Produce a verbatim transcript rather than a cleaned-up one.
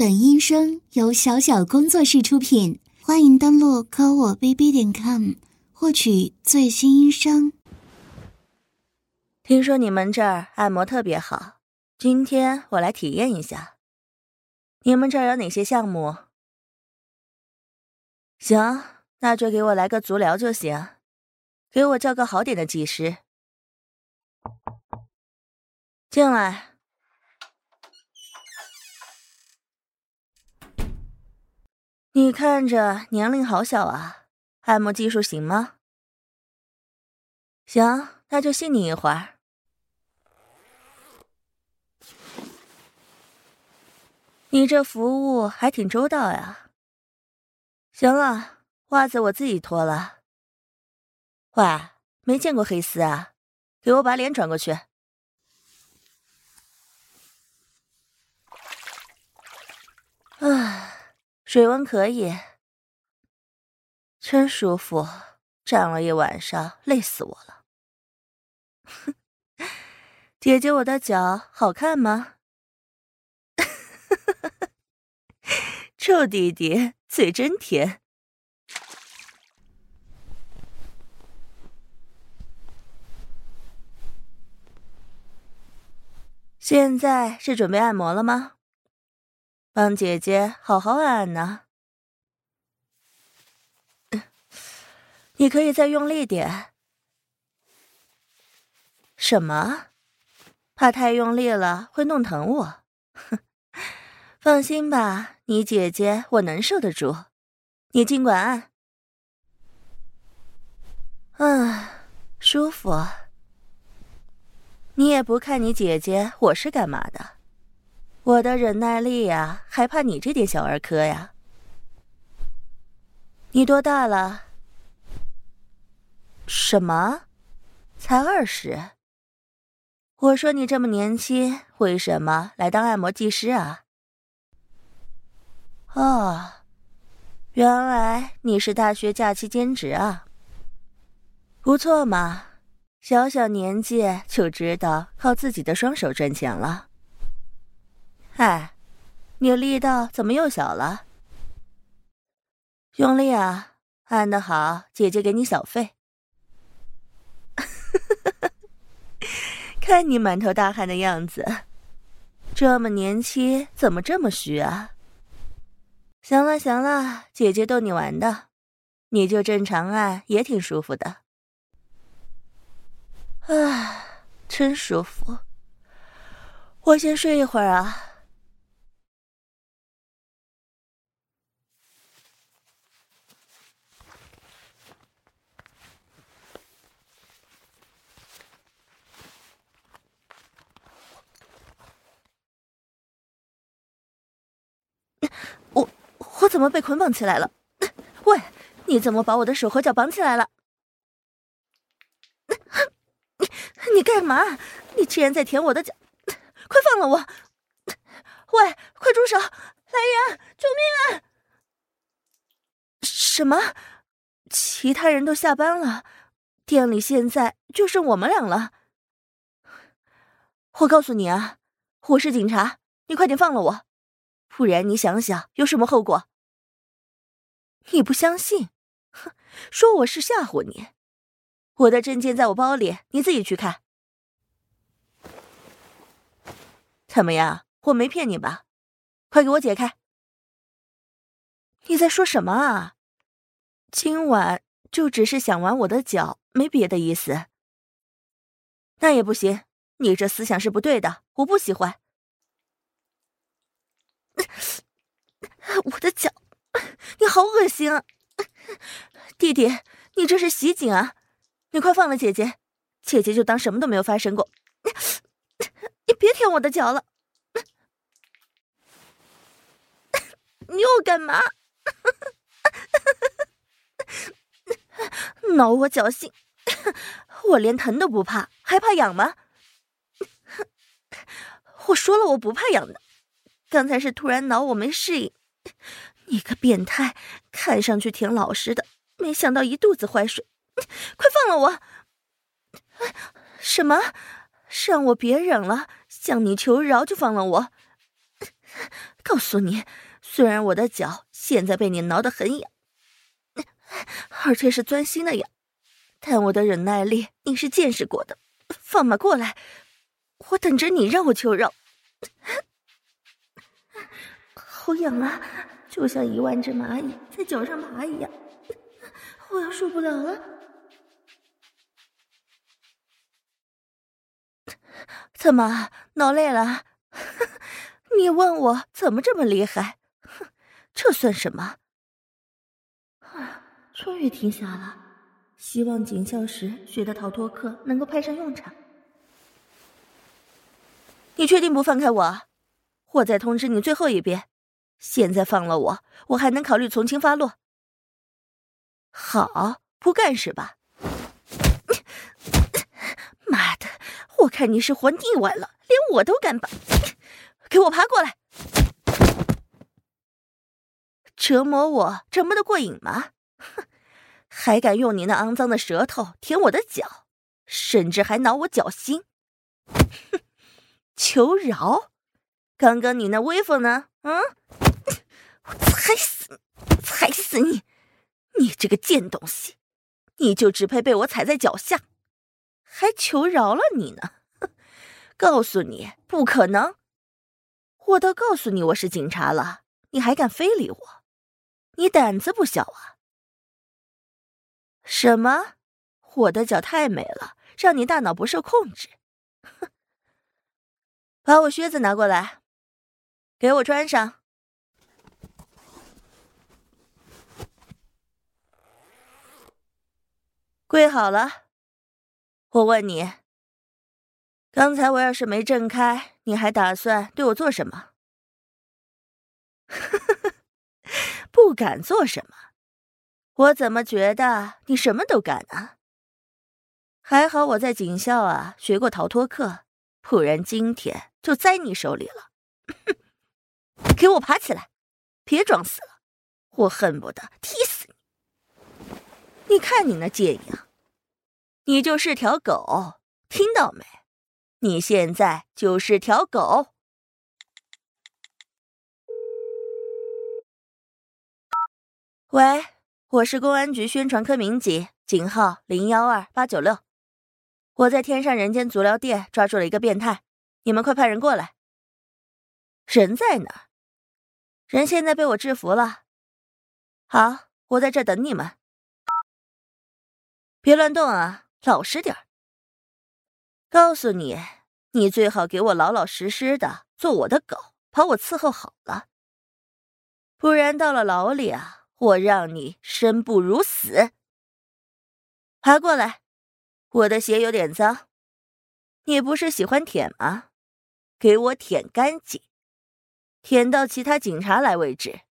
本音声由小小工作室出品，欢迎登录科我 B B 点 com 获取最新音声。 听说你们这儿按摩特别好，今天我来体验一下。你们这儿有哪些项目？行，那就给我来个足疗就行，给我叫个好点的技师。进来。你看着年龄好小啊，按摩技术行吗？行，那就信你一会儿。你这服务还挺周到呀。行了，袜子我自己脱了。喂，没见过黑丝啊，给我把脸转过去。唉，水温可以，真舒服，站了一晚上，累死我了。姐姐，我的脚好看吗？臭弟弟，嘴真甜。现在是准备按摩了吗？帮姐姐好好按按呢。你可以再用力点。什么？怕太用力了会弄疼我？放心吧，你姐姐我能受得住，你尽管按。啊，舒服。你也不看你姐姐我是干嘛的，我的忍耐力呀，还怕你这点小儿科呀？你多大了？什么？才二十？我说你这么年轻，为什么来当按摩技师啊？哦，原来你是大学假期兼职啊。不错嘛，小小年纪就知道靠自己的双手赚钱了。哎，你力道怎么又小了？用力啊，按得好，姐姐给你小费。看你满头大汗的样子，这么年轻怎么这么虚啊？行了行了，姐姐逗你玩的，你就正常按也挺舒服的。啊，真舒服。我先睡一会儿啊。我我怎么被捆绑起来了？喂，你怎么把我的手和脚绑起来了？你你干嘛？你居然在舔我的脚！快放了我！喂，快住手！来人，救命啊！什么？其他人都下班了，店里现在就剩我们俩了。我告诉你啊，我是警察，你快点放了我，不然你想想有什么后果。你不相信？哼，说我是吓唬你。我的证件在我包里，你自己去看。怎么样？我没骗你吧？快给我解开！你在说什么啊？今晚就只是想玩我的脚，没别的意思。那也不行，你这思想是不对的，我不喜欢。我的脚，你好恶心啊！弟弟，你这是袭警啊！你快放了姐姐，姐姐就当什么都没有发生过。你别舔我的脚了！你又干嘛？挠我脚心，我连疼都不怕，还怕痒吗？我说了我不怕痒的，刚才是突然挠我没适应。你个变态，看上去挺老实的，没想到一肚子坏水。快放了我！什么？让我别忍了，向你求饶就放了我？ 告诉你，虽然我的脚现在被你挠得很痒，而且是钻心的痒，但我的忍耐力你是见识过的。放马过来，我等着你让我求饶。好痒啊，就像一万只蚂蚁在脚上爬一样，我要受不了了。怎么挠累了？你问我怎么这么厉害？这算什么？终于停下了，希望警校时学的逃脱课能够派上用场。你确定不放开我？我再通知你最后一遍，现在放了我，我还能考虑从轻发落。好，不干是吧？妈的，我看你是活腻歪了，连我都敢把，给我爬过来！折磨我折磨得过瘾吗？哼，还敢用你那肮脏的舌头舔我的脚，甚至还挠我脚心。哼，求饶？刚刚你那威风呢？嗯，我踩死你，踩死你！你这个贱东西，你就只配被我踩在脚下，还求饶了你呢？告诉你，不可能！我都告诉你我是警察了，你还敢非礼我？你胆子不小啊！什么？我的脚太美了，让你大脑不受控制？哼！把我靴子拿过来，给我穿上。跪好了。我问你，刚才我要是没挣开，你还打算对我做什么？不敢做什么？我怎么觉得你什么都敢啊？还好我在警校啊学过逃脱课，不然今天就栽你手里了。给我爬起来，别装死了，我恨不得踢死你。你看你那贱样，你就是条狗，听到没？你现在就是条狗。喂，我是公安局宣传科民警，警号零幺二八九六。我在天上人间足疗店抓住了一个变态，你们快派人过来。人在哪儿？人现在被我制服了。好，我在这等你们。别乱动啊，老实点儿。告诉你，你最好给我老老实实的做我的狗，把我伺候好了。不然到了牢里啊，我让你生不如死。爬过来，我的鞋有点脏，你不是喜欢舔吗？给我舔干净，舔到其他警察来为止。